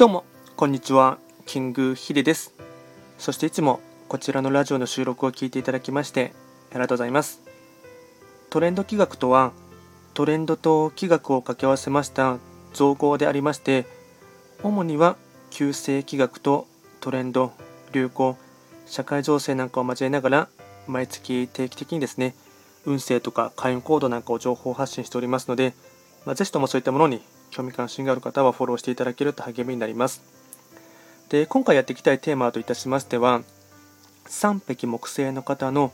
どうもこんにちは、キングヒデです。そしていつもこちらのラジオの収録を聞いていただきましてありがとうございます。トレンド企画とは、トレンドと企画を掛け合わせました造語でありまして、主には旧世企画とトレンド、流行、社会情勢なんかを交えながら毎月定期的にですね、運勢とか開運行動なんかを情報発信しておりますので、ぜひともそういったものに興味関心がある方はフォローしていただけると励みになります。で、今回やっていきたいテーマといたしましては、三匹木星の方の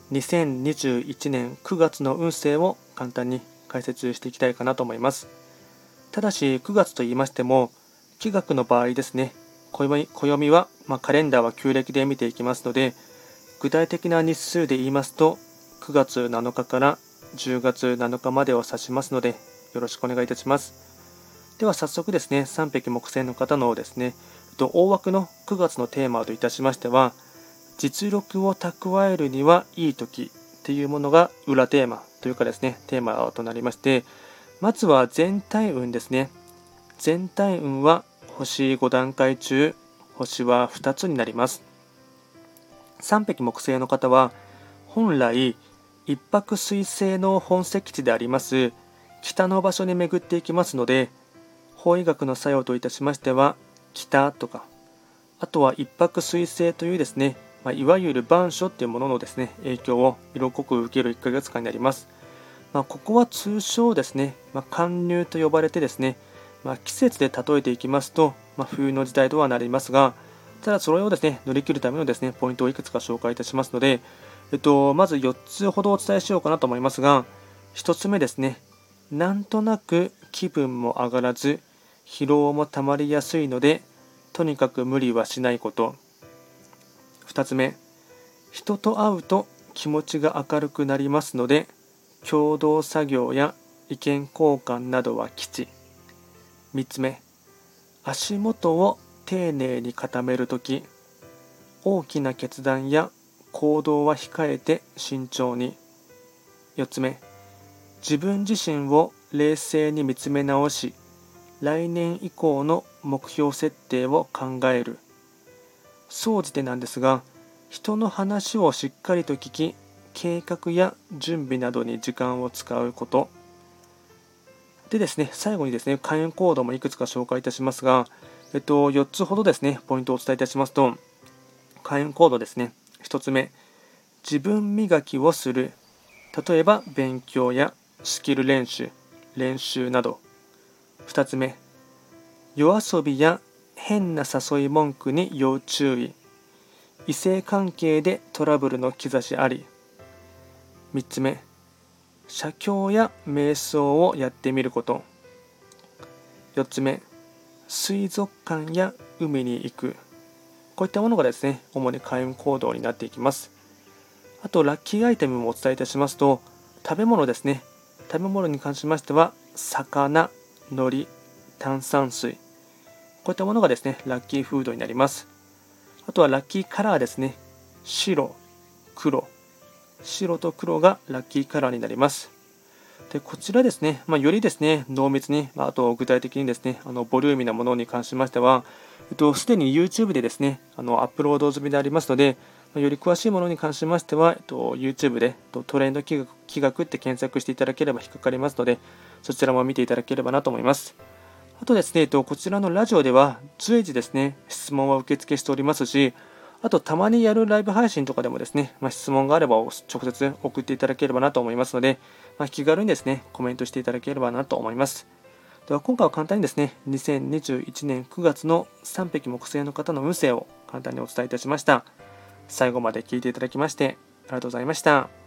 2021年9月の運勢を簡単に解説していきたいかなと思います。ただし9月と言いましても、気学の場合ですね、暦は、カレンダーは旧暦で見ていきますので、具体的な日数で言いますと9月7日から10月7日までを指しますので、よろしくお願いいたします。では早速ですね、三匹木星の方のですね、大枠の9月のテーマといたしましては、実力を蓄えるにはいい時っていうものが裏テーマというかですね、テーマとなりまして、まずは全体運ですね。全体運は星5段階中、星は2つになります。三匹木星の方は、本来一泊水星の本石地であります北の場所に巡っていきますので、法医学の作用といたしましては、北とか、あとは一泊水星というですね、いわゆる晩書というもののですね、影響を色濃く受ける1ヶ月間になります。ここは通称ですね、寒入と呼ばれてですね、季節で例えていきますと、冬の時代とはなりますが、ただそれをですね、乗り切るためのですね、ポイントをいくつか紹介いたしますので、まず4つほどお伝えしようかなと思いますが、1つ目ですね、なんとなく気分も上がらず、疲労もたまりやすいので、とにかく無理はしないこと。2つ目、人と会うと気持ちが明るくなりますので、共同作業や意見交換などは吉。3つ目、足元を丁寧に固めるとき、大きな決断や行動は控えて慎重に。4つ目、自分自身を冷静に見つめ直し、来年以降の目標設定を考える。総じてなんですが、人の話をしっかりと聞き、計画や準備などに時間を使うこと。でですね、最後にですね、開運行動もいくつか紹介いたしますが、4つほどですね、ポイントをお伝えいたしますと、開運行動ですね。1つ目、自分磨きをする。例えば勉強やスキル練習など。2つ目、夜遊びや変な誘い文句に要注意。異性関係でトラブルの兆しあり。3つ目、写経や瞑想をやってみること。4つ目、水族館や海に行く。こういったものがですね、主に開運行動になっていきます。あとラッキーアイテムもお伝えいたしますと、食べ物ですね。食べ物に関しましては、魚、海苔、炭酸水、こういったものがですね、ラッキーフードになります。あとはラッキーカラーですね。白と黒がラッキーカラーになります。で、こちらですね、よりですね、濃密に、あと具体的にですね、ボリューミーなものに関しましては、すでに YouTube でですね、アップロード済みでありますので、より詳しいものに関しましては、YouTube でトレンド企画って検索していただければ引っかかりますので、そちらも見ていただければなと思います。あとですね、こちらのラジオでは随時ですね、質問は受付しておりますし、あとたまにやるライブ配信とかでもですね、質問があれば直接送っていただければなと思いますので、気軽にですね、コメントしていただければなと思います。では今回は簡単にですね、2021年9月の三匹木星の方の運勢を簡単にお伝えいたしました。最後まで聞いていただきましてありがとうございました。